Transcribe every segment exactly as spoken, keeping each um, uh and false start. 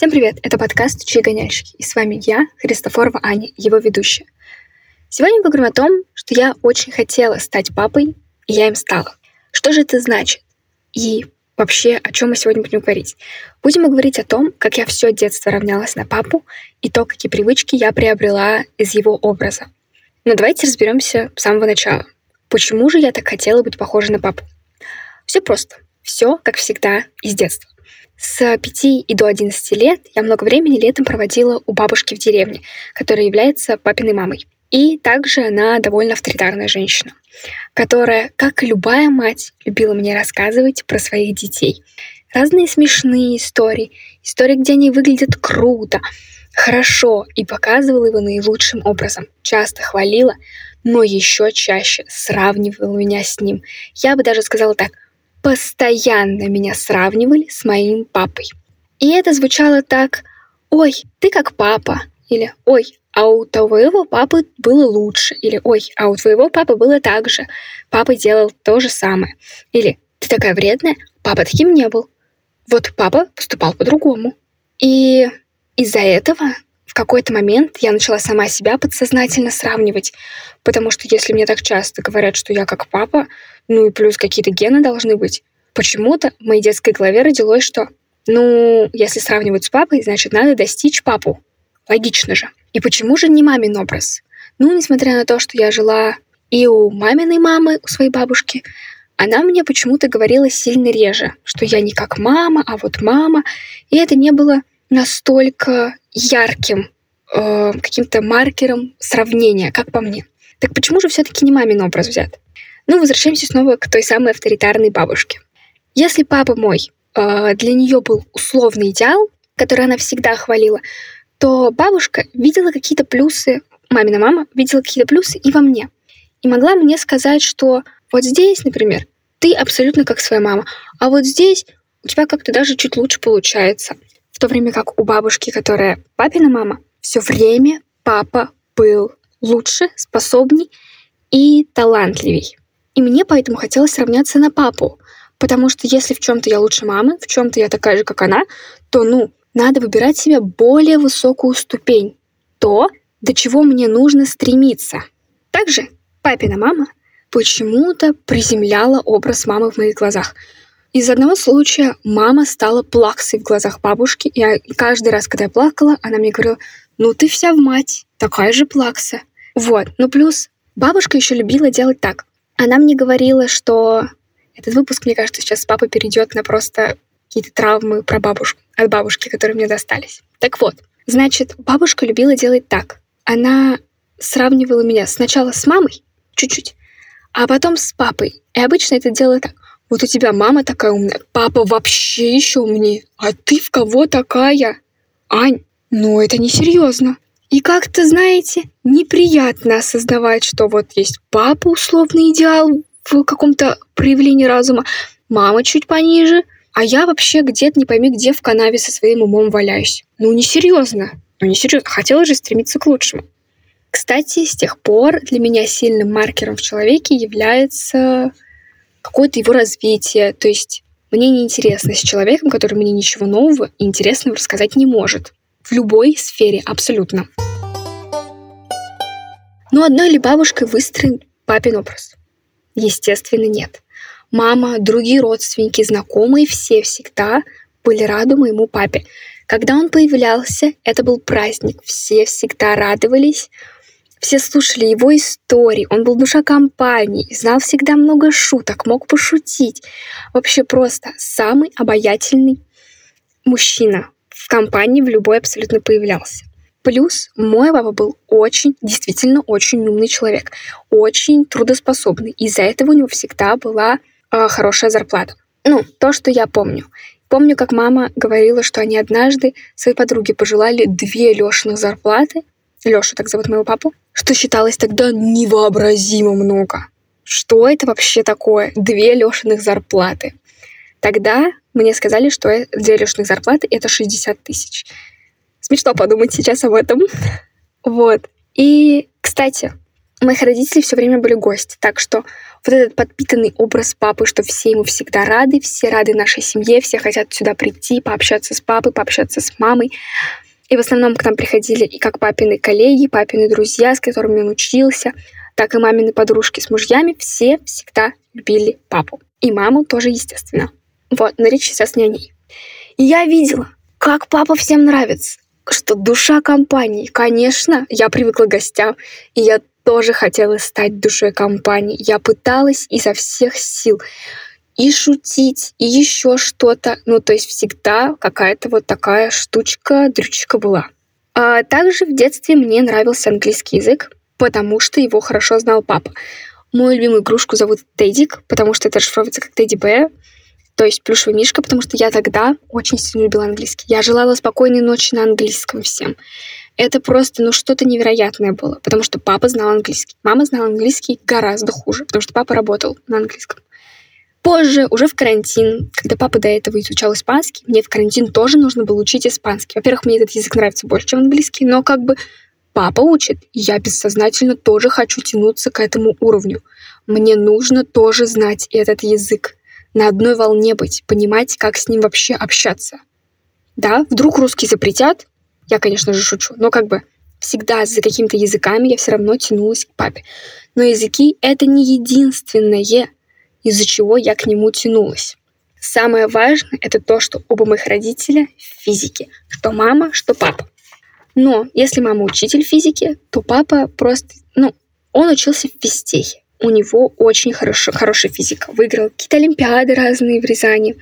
Всем привет! Это подкаст «Чьи гоняльщики?» И с вами я, Христофорова Аня, его ведущая. Сегодня мы поговорим о том, что я очень хотела стать папой, и я им стала. Что же это значит? И вообще, о чем мы сегодня будем говорить? Будем мы говорить о том, как я все детство равнялась на папу, и то, какие привычки я приобрела из его образа. Но давайте разберемся с самого начала. Почему же я так хотела быть похожей на папу? Все просто. Все, как всегда, из детства. С пяти и до одиннадцати лет я много времени летом проводила у бабушки в деревне, которая является папиной мамой. И также она довольно авторитарная женщина, которая, как и любая мать, любила мне рассказывать про своих детей. Разные смешные истории, истории, где они выглядят круто, хорошо, и показывала его наилучшим образом. Часто хвалила, но еще чаще сравнивала меня с ним. Я бы даже сказала так: постоянно меня сравнивали с моим папой. И это звучало так: «Ой, ты как папа», или «Ой, а у твоего папы было лучше», или «Ой, а у твоего папы было так же, папа делал то же самое», или «Ты такая вредная, папа таким не был, вот папа поступал по-другому». И из-за этого в какой-то момент я начала сама себя подсознательно сравнивать, потому что если мне так часто говорят, что я как папа, ну и плюс какие-то гены должны быть, почему-то в моей детской голове родилось, что, ну, если сравнивать с папой, значит, надо достичь папу. Логично же. И почему же не мамин образ? Ну, несмотря на то, что я жила и у маминой мамы, у своей бабушки, она мне почему-то говорила сильно реже, что я не как мама, а вот мама. И это не было настолько ярким э, каким-то маркером сравнения, как по мне. Так почему же все-таки не мамин образ взят? Ну, возвращаемся снова к той самой авторитарной бабушке. Если папа мой э, для нее был условный идеал, который она всегда хвалила, то бабушка видела какие-то плюсы, мамина мама видела какие-то плюсы и во мне. И могла мне сказать, что вот здесь, например, ты абсолютно как своя мама, а вот здесь у тебя как-то даже чуть лучше получается. В то время как у бабушки, которая папина мама, все время папа был лучше, способней и талантливей. И мне поэтому хотелось сравняться на папу, потому что если в чем-то я лучше мамы, в чем-то я такая же, как она, то, ну, надо выбирать себе более высокую ступень, то, до чего мне нужно стремиться. Также папина мама почему-то приземляла образ мамы в моих глазах. Из одного случая мама стала плаксой в глазах бабушки, и, я, и каждый раз, когда я плакала, она мне говорила: «Ну ты вся в мать, такая же плакса». Вот, ну плюс бабушка еще любила делать так. Она мне говорила, что этот выпуск, мне кажется, сейчас с папой перейдет на просто какие-то травмы про бабушку, от бабушки, которые мне достались. Так вот, значит, бабушка любила делать так. Она сравнивала меня сначала с мамой, чуть-чуть, а потом с папой. И обычно это делала так: вот у тебя мама такая умная, папа вообще еще умнее, а ты в кого такая? Ань, ну это несерьезно. И как-то, знаете, неприятно осознавать, что вот есть папа, условный идеал в каком-то проявлении разума, мама чуть пониже, а я вообще где-то не пойми где в канаве со своим умом валяюсь. Ну несерьезно, ну несерьезно, хотела же стремиться к лучшему. Кстати, с тех пор для меня сильным маркером в человеке является какое-то его развитие, то есть мне неинтересно с человеком, который мне ничего нового и интересного рассказать не может. В любой сфере, абсолютно. Но одной ли бабушкой выстроен папин образ? Естественно, нет. Мама, другие родственники, знакомые, все всегда были рады моему папе. Когда он появлялся, это был праздник. Все всегда радовались, все слушали его истории. Он был душа компании, знал всегда много шуток, мог пошутить. Вообще просто самый обаятельный мужчина в компании в любой абсолютно появлялся. Плюс мой папа был очень, действительно очень умный человек, очень трудоспособный. Из-за этого у него всегда была э, хорошая зарплата. Ну, то, что я помню. Помню, как мама говорила, что они однажды своей подруге пожелали две Лешиных зарплаты. Леша, так зовут моего папу, что считалось тогда невообразимо много. Что это вообще такое? Две Лешиных зарплаты. Тогда мне сказали, что две Лешиных зарплаты — это шестьдесят тысяч. Смешно подумать сейчас об этом. Вот. И, кстати, у моих родителей все время были гости, так что Вот этот подпитанный образ папы, что все ему всегда рады, все рады нашей семье, все хотят сюда прийти, пообщаться с папой, пообщаться с мамой. И в основном к нам приходили и как папины коллеги, папины друзья, с которыми он учился, так и мамины подружки с мужьями. Все всегда любили папу. И маму тоже, естественно. Вот, но речь сейчас не о ней. И я видела, как папа всем нравится, что душа компании. Конечно, я привыкла к гостям, и я тоже хотела стать душой компании. Я пыталась изо всех сил и шутить, и еще что-то. Ну, то есть всегда какая-то вот такая штучка, дрючка была. А также в детстве мне нравился английский язык, потому что его хорошо знал папа. Мою любимую игрушку зовут Теддик, потому что это расшифровывается как Тедди Бэр, то есть плюшевый мишка, потому что я тогда очень сильно любила английский. Я желала спокойной ночи на английском всем. Это просто, ну, что-то невероятное было, потому что папа знал английский. Мама знала английский гораздо хуже, потому что папа работал на английском. Позже, уже в карантин, когда папа до этого изучал испанский, мне в карантин тоже нужно было учить испанский. Во-первых, мне этот язык нравится больше, чем английский, но как бы папа учит, и я бессознательно тоже хочу тянуться к этому уровню. Мне нужно тоже знать этот язык, на одной волне быть, понимать, как с ним вообще общаться. Да, вдруг русский запретят, я, конечно же, шучу, но как бы всегда за какими-то языками я все равно тянулась к папе. Но языки — это не единственное, из-за чего я к нему тянулась. Самое важное — это то, что оба моих родителя в физике, что мама, что папа. Но если мама учитель физики, то папа просто, ну, он учился в физтехе. У него очень хорошо, хорошая физика. Выиграл какие-то олимпиады разные в Рязани.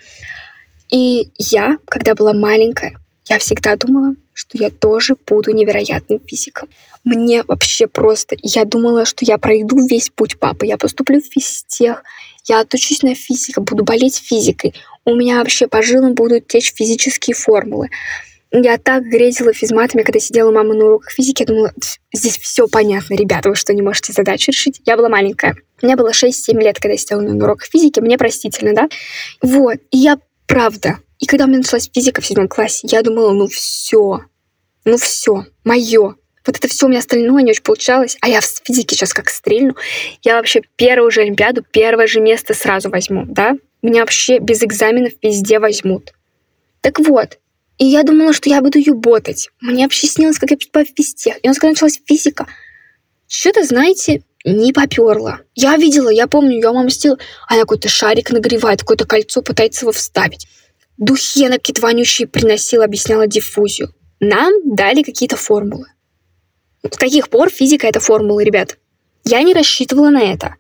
И я, когда была маленькая, я всегда думала, что я тоже буду невероятным физиком. Мне вообще просто... Я думала, что я пройду весь путь папы. Я поступлю в физтех, я отучусь на физика, буду болеть физикой. У меня вообще по жилам будут течь физические формулы. Я так грезила физматами, когда сидела мама на уроках физики. Я думала, здесь все понятно, ребята, вы что, не можете задачу решить? Я была маленькая. Мне было шесть-семь лет, когда я сидела на уроках физики. Мне простительно, да? Вот. И я правда... И когда у меня началась физика в седьмом классе, я думала, ну все, ну все, мое. Вот это все у меня остальное не очень получалось, а я в физике сейчас как стрельну. Я вообще первую же олимпиаду, первое же место сразу возьму, да? Меня вообще без экзаменов везде возьмут. Так вот, и я думала, что я буду юботать. Мне вообще снилось, как я поступаю в физтех. И у нас когда началась физика, что-то, знаете, не попёрло. Я видела, я помню, я мама сделала, она какой-то шарик нагревает, какое-то кольцо пытается его вставить. Духи она какие-то вонючие приносила, объясняла диффузию. Нам дали какие-то формулы. С каких пор физика — это формулы, ребят? Я не рассчитывала на это.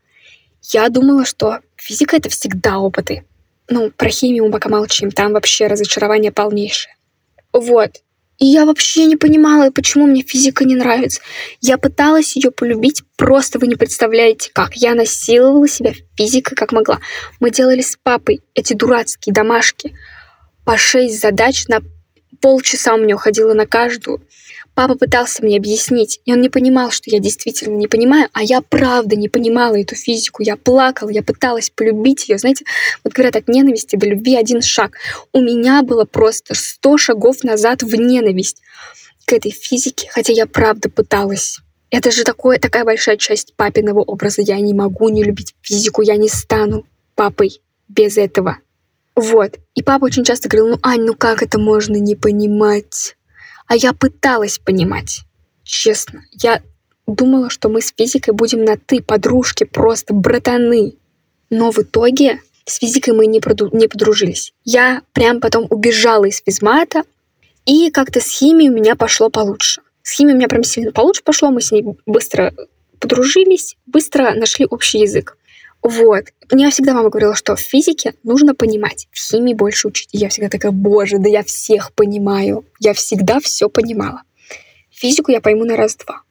Я думала, что физика — это всегда опыты. Ну, про химию мы пока молчим, там вообще разочарование полнейшее. Вот. И я вообще не понимала, почему мне физика не нравится. Я пыталась ее полюбить, просто вы не представляете как. Я насиловала себя физикой как могла. Мы делали с папой эти дурацкие домашки. По шесть задач на полчаса у меня уходило на каждую. Папа пытался мне объяснить, и он не понимал, что я действительно не понимаю, а я правда не понимала эту физику. Я плакала, я пыталась полюбить ее. Знаете, вот говорят, от ненависти до любви один шаг. У меня было просто сто шагов назад в ненависть к этой физике, хотя я правда пыталась. Это же такое, такая большая часть папиного образа. Я не могу не любить физику, я не стану папой без этого. Вот. И папа очень часто говорил, ну, Ань, ну как это можно не понимать? А я пыталась понимать. Честно. Я думала, что мы с физикой будем на «ты», подружки, просто братаны. Но в итоге с физикой мы не, проду- не подружились. Я прям потом убежала из физмата, и как-то с химией у меня пошло получше. С химией у меня прям сильно получше пошло, мы с ней быстро подружились, быстро нашли общий язык. Вот. Мне всегда мама говорила, что в физике нужно понимать, в химии больше учить. И я всегда такая, боже, да я всех понимаю. Я всегда все понимала. Физику я пойму на раз-два.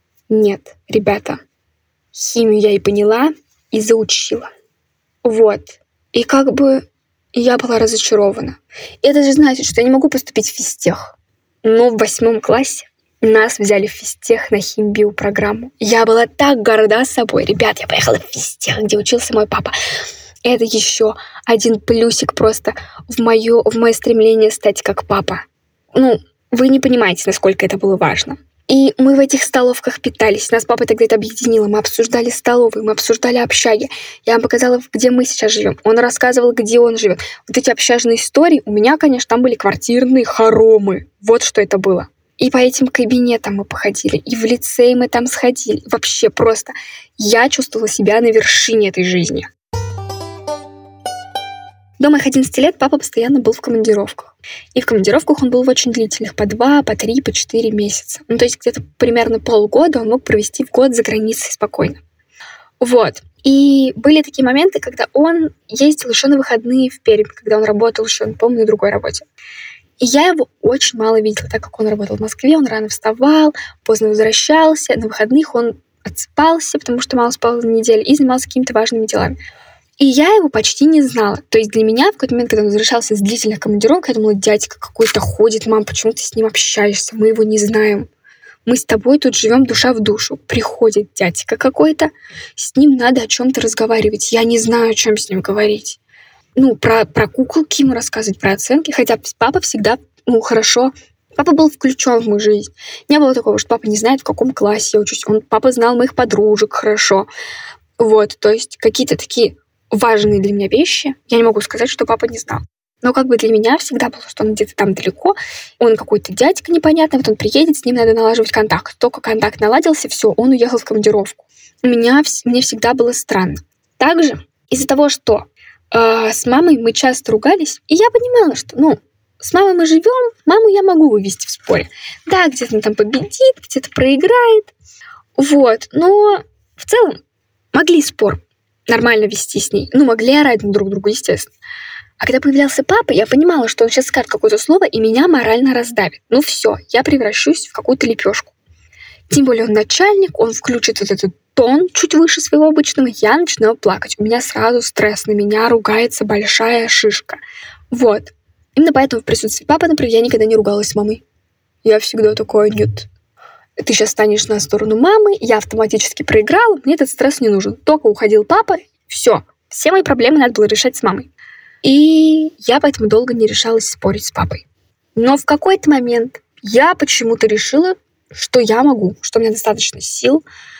Нет, ребята, химию я и поняла, и заучила. Вот. И как бы я была разочарована. И это же значит, что я не могу поступить в физтех. Но в восьмом классе нас взяли в физтех на химбио-программу. Я была так горда собой. Ребят, я поехала в физтех, где учился мой папа. Это еще один плюсик просто в мое, в мое стремление стать как папа. Ну, вы не понимаете, насколько это было важно. И мы в этих столовках питались. Нас папа тогда это объединило. Мы обсуждали столовые, мы обсуждали общаги. Я вам показала, где мы сейчас живем. Он рассказывал, где он живет. Вот эти общажные истории. У меня, конечно, там были квартирные хоромы. Вот что это было. И по этим кабинетам мы походили, и в лицей мы там сходили. Вообще просто я чувствовала себя на вершине этой жизни. До моих одиннадцати лет папа постоянно был в командировках. И в командировках он был в очень длительных, по два, по три, по четыре месяца. Ну, то есть где-то примерно полгода он мог провести в год за границей спокойно. Вот. И были такие моменты, когда он ездил еще на выходные в Пермь, когда он работал еще, помню, на другой работе. И я его очень мало видела, так как он работал в Москве, он рано вставал, поздно возвращался, на выходных он отспался, потому что мало спал за неделю, и занимался какими-то важными делами. И я его почти не знала. То есть для меня в какой-то момент, когда он возвращался с длительных командировок, я думала, дядька какой-то ходит, мам, почему ты с ним общаешься? Мы его не знаем. Мы с тобой тут живем душа в душу. Приходит дядька какой-то, с ним надо о чем-то разговаривать. Я не знаю, о чем с ним говорить. Ну, про, про куколки ему рассказывать, про оценки. Хотя папа всегда, ну, хорошо. Папа был включен в мою жизнь. Не было такого, что папа не знает, в каком классе я учусь. Он, папа знал моих подружек хорошо. Вот, то есть какие-то такие важные для меня вещи. Я не могу сказать, что папа не знал. Но как бы для меня всегда было, что он где-то там далеко, он какой-то дядька непонятный, вот он приедет, с ним надо налаживать контакт. Только контакт наладился, все, он уехал в командировку. У меня, мне всегда было странно. Также из-за того, что э, с мамой мы часто ругались, и я понимала, что, ну, с мамой мы живем, маму я могу вывести в споре. Да, где-то она там победит, где-то проиграет. Вот, но в целом могли спор нормально вести с ней. Ну, могли орать друг другу, естественно. А когда появлялся папа, я понимала, что он сейчас скажет какое-то слово, и меня морально раздавит. Ну все, я превращусь в какую-то лепешку. Тем более он начальник, он включит вот этот тон чуть выше своего обычного, я начинаю плакать. У меня сразу стресс, на меня ругается большая шишка. Вот. Именно поэтому в присутствии папы, например, я никогда не ругалась с мамой. Я всегда такая, нет, ты сейчас станешь на сторону мамы, я автоматически проиграла, мне этот стресс не нужен. Только уходил папа, все, все мои проблемы надо было решать с мамой. И я поэтому долго не решалась спорить с папой. Но в какой-то момент я почему-то решила, что я могу, что у меня достаточно сил,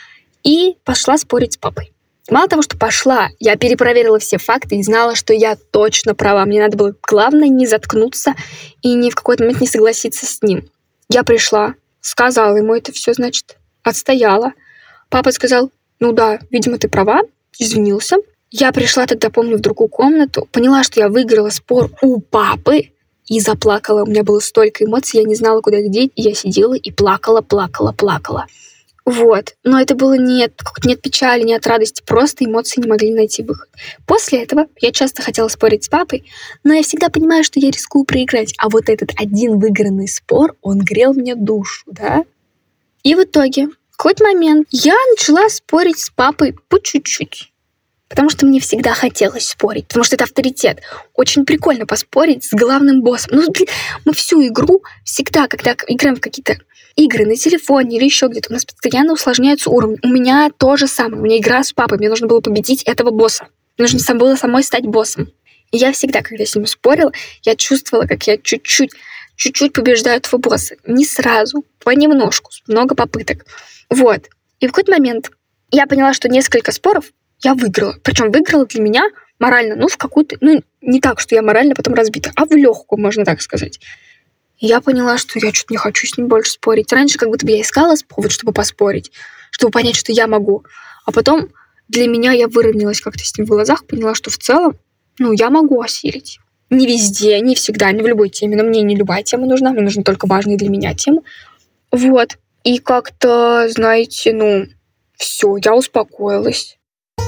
и пошла спорить с папой. Мало того, что пошла, я перепроверила все факты и знала, что я точно права. Мне надо было, главное, не заткнуться и ни в какой-то момент не согласиться с ним. Я пришла, сказала ему это все, значит, отстояла. Папа сказал, ну да, видимо, ты права, извинился. Я пришла тогда, помню, в другую комнату, поняла, что я выиграла спор у папы и заплакала. У меня было столько эмоций, я не знала, куда их деть, и я сидела и плакала, плакала, плакала. Вот. Но это было не от, не от печали, не от радости, просто эмоции не могли найти выход. После этого я часто хотела спорить с папой, но я всегда понимаю, что я рискую проиграть. А вот этот один выигранный спор, он грел мне душу, да? И в итоге, в какой-то момент я начала спорить с папой по чуть-чуть. Потому что мне всегда хотелось спорить, потому что это авторитет. Очень прикольно поспорить с главным боссом. Ну, блин, мы всю игру всегда, когда играем в какие-то игры на телефоне или еще где-то, у нас постоянно усложняются уровни. У меня то же самое. У меня игра с папой. Мне нужно было победить этого босса. Мне нужно было самой стать боссом. И я всегда, когда с ним спорила, я чувствовала, как я чуть-чуть, чуть-чуть побеждаю этого босса. Не сразу, понемножку, много попыток. Вот. И в какой-то момент я поняла, что несколько споров я выиграла. Причем выиграла для меня морально, ну, в какую-то... Ну, не так, что я морально потом разбита, а в легкую, можно так сказать. И я поняла, что я что-то не хочу с ним больше спорить. Раньше как будто бы я искала повод, чтобы поспорить, чтобы понять, что я могу. А потом для меня я выровнялась как-то с ним в глазах, поняла, что в целом, ну, я могу осилить. Не везде, не всегда, не в любой теме. Но мне не любая тема нужна, мне нужны только важные для меня темы. Вот. И как-то, знаете, ну, все, я успокоилась.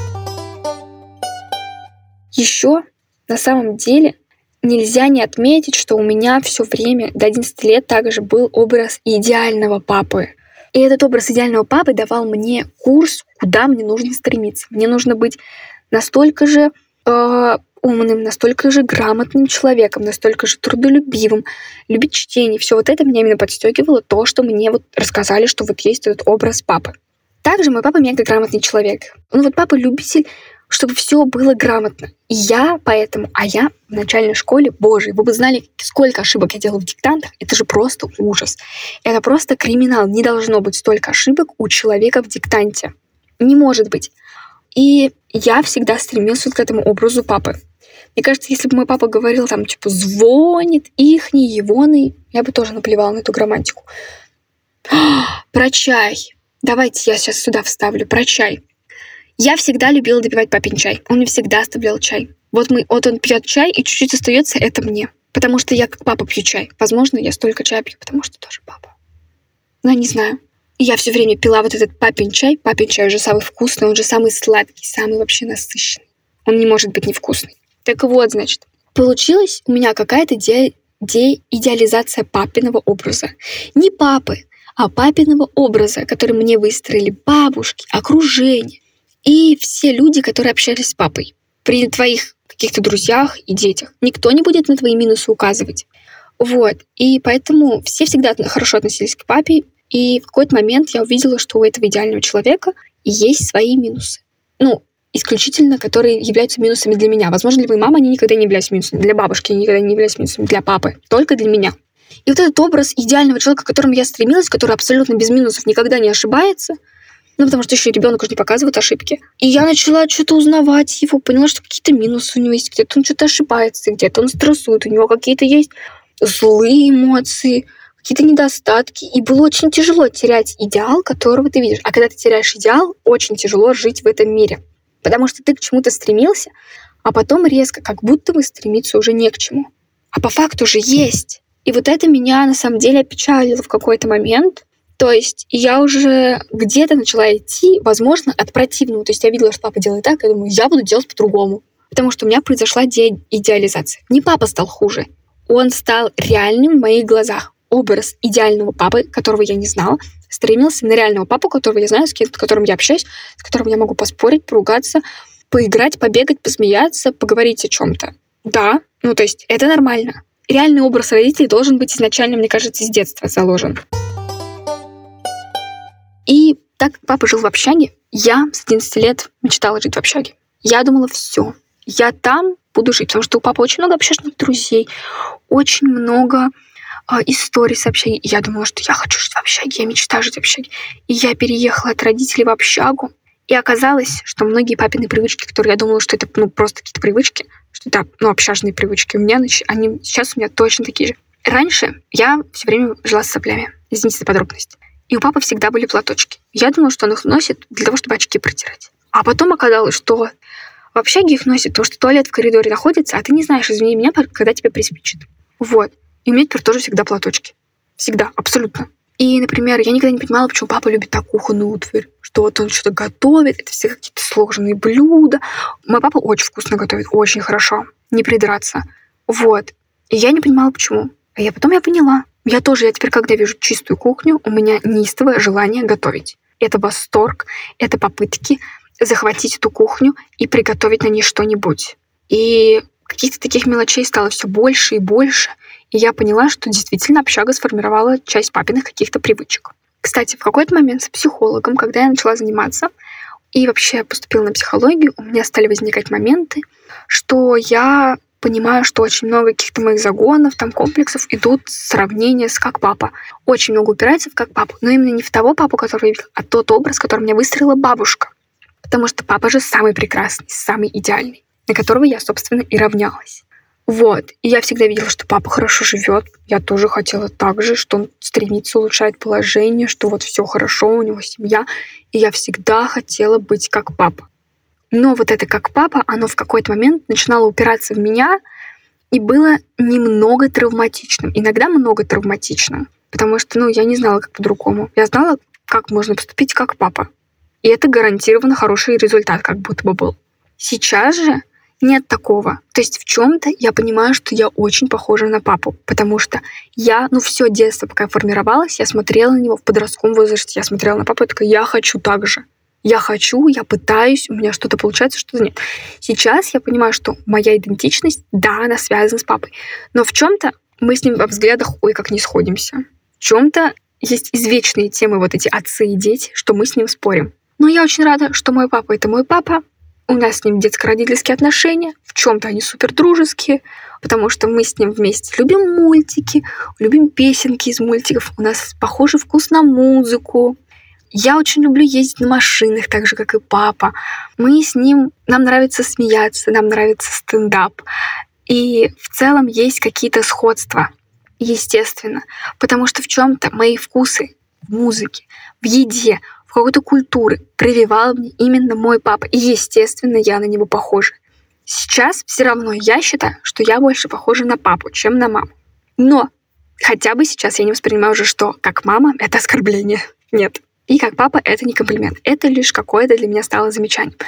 Еще на самом деле нельзя не отметить, что у меня все время до одиннадцати лет также был образ идеального папы. И этот образ идеального папы давал мне курс, куда мне нужно стремиться. Мне нужно быть настолько же э, умным, настолько же грамотным человеком, настолько же трудолюбивым, любить чтение. Все вот это меня именно подстегивало то, что мне вот рассказали, что вот есть этот образ папы. Также мой папа мега грамотный человек. Он вот папа любитель чтобы все было грамотно. И я поэтому, а я в начальной школе, боже, вы бы знали, сколько ошибок я делала в диктантах, это же просто ужас. Это просто криминал. Не должно быть столько ошибок у человека в диктанте. Не может быть. И я всегда стремился к этому образу папы. Мне кажется, если бы мой папа говорил там, типа, звонит, ихний, егоный, я бы тоже наплевала на эту грамматику. Про чай. Давайте я сейчас сюда вставлю. Про чай. Я всегда любила допивать папин чай. Он мне всегда оставлял чай. Вот, мы, вот он пьет чай, и чуть-чуть остается, это мне. Потому что я как папа пью чай. Возможно, я столько чая пью, потому что тоже папа. Но я не знаю. И я все время пила вот этот папин чай. Папин чай уже самый вкусный, он же самый сладкий, самый вообще насыщенный. Он не может быть невкусный. Так вот, значит, получилась у меня какая-то де- деидеализация папиного образа. Не папы, а папиного образа, который мне выстроили бабушки, окружение и все люди, которые общались с папой. При твоих каких-то друзьях и детях никто не будет на твои минусы указывать. Вот. И поэтому все всегда хорошо относились к папе. И в какой-то момент я увидела, что у этого идеального человека есть свои минусы. Ну, исключительно, которые являются минусами для меня. Возможно, для моей мамы они никогда не являлись минусами. Для бабушки они никогда не являлись минусами. Для папы. Только для меня. И вот этот образ идеального человека, к которому я стремилась, который абсолютно без минусов никогда не ошибается, ну, потому что еще ребенок уже не показывает ошибки. И я начала что-то узнавать его, поняла, что какие-то минусы у него есть, где-то он что-то ошибается, где-то он стрессует, у него какие-то есть злые эмоции, какие-то недостатки. И было очень тяжело терять идеал, которого ты видишь. А когда ты теряешь идеал, очень тяжело жить в этом мире. Потому что ты к чему-то стремился, а потом резко, как будто бы стремиться уже не к чему. А по факту же есть. И вот это меня на самом деле опечалило в какой-то момент. То есть я уже где-то начала идти, возможно, от противного. То есть я видела, что папа делает так, я думаю, я буду делать по-другому. Потому что у меня произошла де- идеализация. Не папа стал хуже. Он стал реальным в моих глазах. Образ идеального папы, которого я не знала, стремился на реального папу, которого я знаю, с которым я общаюсь, с которым я могу поспорить, поругаться, поиграть, побегать, посмеяться, поговорить о чем-то. Да, ну то есть это нормально. Реальный образ родителей должен быть изначально, мне кажется, с детства заложен. И так как папа жил в общаге, я с одиннадцати лет мечтала жить в общаге. Я думала, все, я там буду жить, потому что у папы очень много общажных друзей, очень много э, историй с общаги. И я думала, что я хочу жить в общаге, я мечтаю жить в общаге. И я переехала от родителей в общагу, и оказалось, что многие папины привычки, которые я думала, что это ну, просто какие-то привычки, что это ну, общажные привычки, у меня они сейчас у меня точно такие же. Раньше я все время жила с соплями, извините за подробность. И у папы всегда были платочки. Я думала, что он их носит для того, чтобы очки протирать. А потом оказалось, что в общаге их носит, потому что туалет в коридоре находится, а ты не знаешь, извини меня, когда тебе приспичит. Вот. И у меня теперь тоже всегда платочки. Всегда, абсолютно. И, например, я никогда не понимала, почему папа любит так кухонную утварь, что вот он что-то готовит, это все какие-то сложные блюда. Мой папа очень вкусно готовит, очень хорошо, не придраться. Вот. И я не понимала, почему. А я потом я поняла. Я тоже, я теперь, когда вижу чистую кухню, у меня неистовое желание готовить. Это восторг, это попытки захватить эту кухню и приготовить на ней что-нибудь. И каких-то таких мелочей стало все больше и больше. И я поняла, что действительно общага сформировала часть папиных каких-то привычек. Кстати, в какой-то момент с психологом, когда я начала заниматься и вообще поступила на психологию, у меня стали возникать моменты, что я понимаю, что очень много каких-то моих загонов, там, комплексов идут сравнения с как папа. Очень много упирается в как папа, но именно не в того папу, которого я видела, а тот образ, который мне выстроила бабушка. Потому что папа же самый прекрасный, самый идеальный, на которого я, собственно, и равнялась. Вот. И я всегда видела, что папа хорошо живет. Я тоже хотела так же, что он стремится улучшать положение, что вот все хорошо, у него семья. И я всегда хотела быть как папа. Но вот это как папа, оно в какой-то момент начинало упираться в меня и было немного травматичным. Иногда много травматичным. Потому что, ну, я не знала, как по-другому. Я знала, как можно поступить как папа. И это гарантированно хороший результат, как будто бы был. Сейчас же нет такого. То есть в чем-то я понимаю, что я очень похожа на папу, потому что я, ну, все детство, пока я формировалась, я смотрела на него в подростковом возрасте, я смотрела на папу и такая, я хочу так же. Я хочу, я пытаюсь, у меня что-то получается, что-то нет. Сейчас я понимаю, что моя идентичность, да, она связана с папой, но в чем-то мы с ним во взглядах, ой, как не сходимся. В чем-то есть извечные темы, вот эти отцы и дети, что мы с ним спорим. Но я очень рада, что мой папа — это мой папа, У нас с ним детско-родительские отношения, в чем-то они супер дружеские, потому что мы с ним вместе любим мультики, любим песенки из мультиков, у нас похожий вкус на музыку. Я очень люблю ездить на машинах, так же, как и папа. Мы с ним, нам нравится смеяться, нам нравится стендап. И в целом есть какие-то сходства, естественно, потому что в чем-то мои вкусы в музыке, в еде, в какой-то культуре прививал мне именно мой папа. И, естественно, я на него похожа. Сейчас все равно я считаю, что я больше похожа на папу, чем на маму. Но хотя бы сейчас я не воспринимаю уже, что как мама — это оскорбление. Нет. И как папа — это не комплимент. Это лишь какое-то для меня стало замечанием.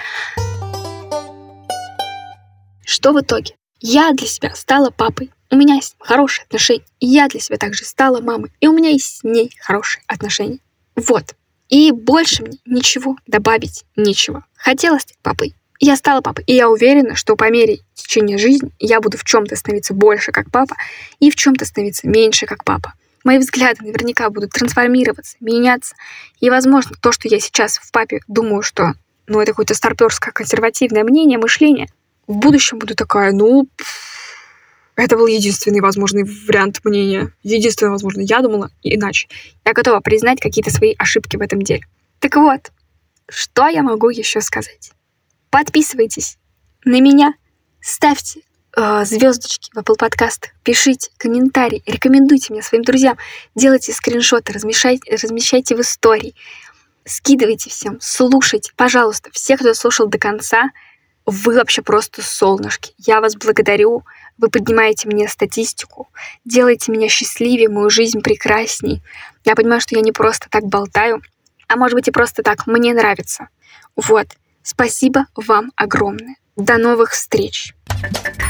Что в итоге? Я для себя стала папой. У меня есть хорошие отношения. И я для себя также стала мамой. И у меня есть с ней хорошие отношения. Вот. И больше мне ничего добавить нечего. Хотела стать папой. Я стала папой. И я уверена, что по мере течения жизни я буду в чем-то становиться больше как папа и в чем-то становиться меньше как папа. Мои взгляды наверняка будут трансформироваться, меняться. И, возможно, то, что я сейчас в папе думаю, что ну, это какое-то старпёрское консервативное мнение, мышление, в будущем буду такая, ну, это был единственный возможный вариант мнения. Единственное возможно. Я думала иначе. Я готова признать какие-то свои ошибки в этом деле. Так вот, что я могу еще сказать? Подписывайтесь на меня, ставьте э, звездочки в Apple подкастах, пишите комментарии, рекомендуйте меня своим друзьям, делайте скриншоты, размещайте, размещайте в истории, скидывайте всем, слушайте, пожалуйста, все, кто слушал до конца, вы вообще просто солнышки. Я вас благодарю. Вы поднимаете мне статистику, делаете меня счастливее, мою жизнь прекрасней. Я понимаю, что я не просто так болтаю, а может быть и просто так мне нравится. Вот. Спасибо вам огромное. До новых встреч.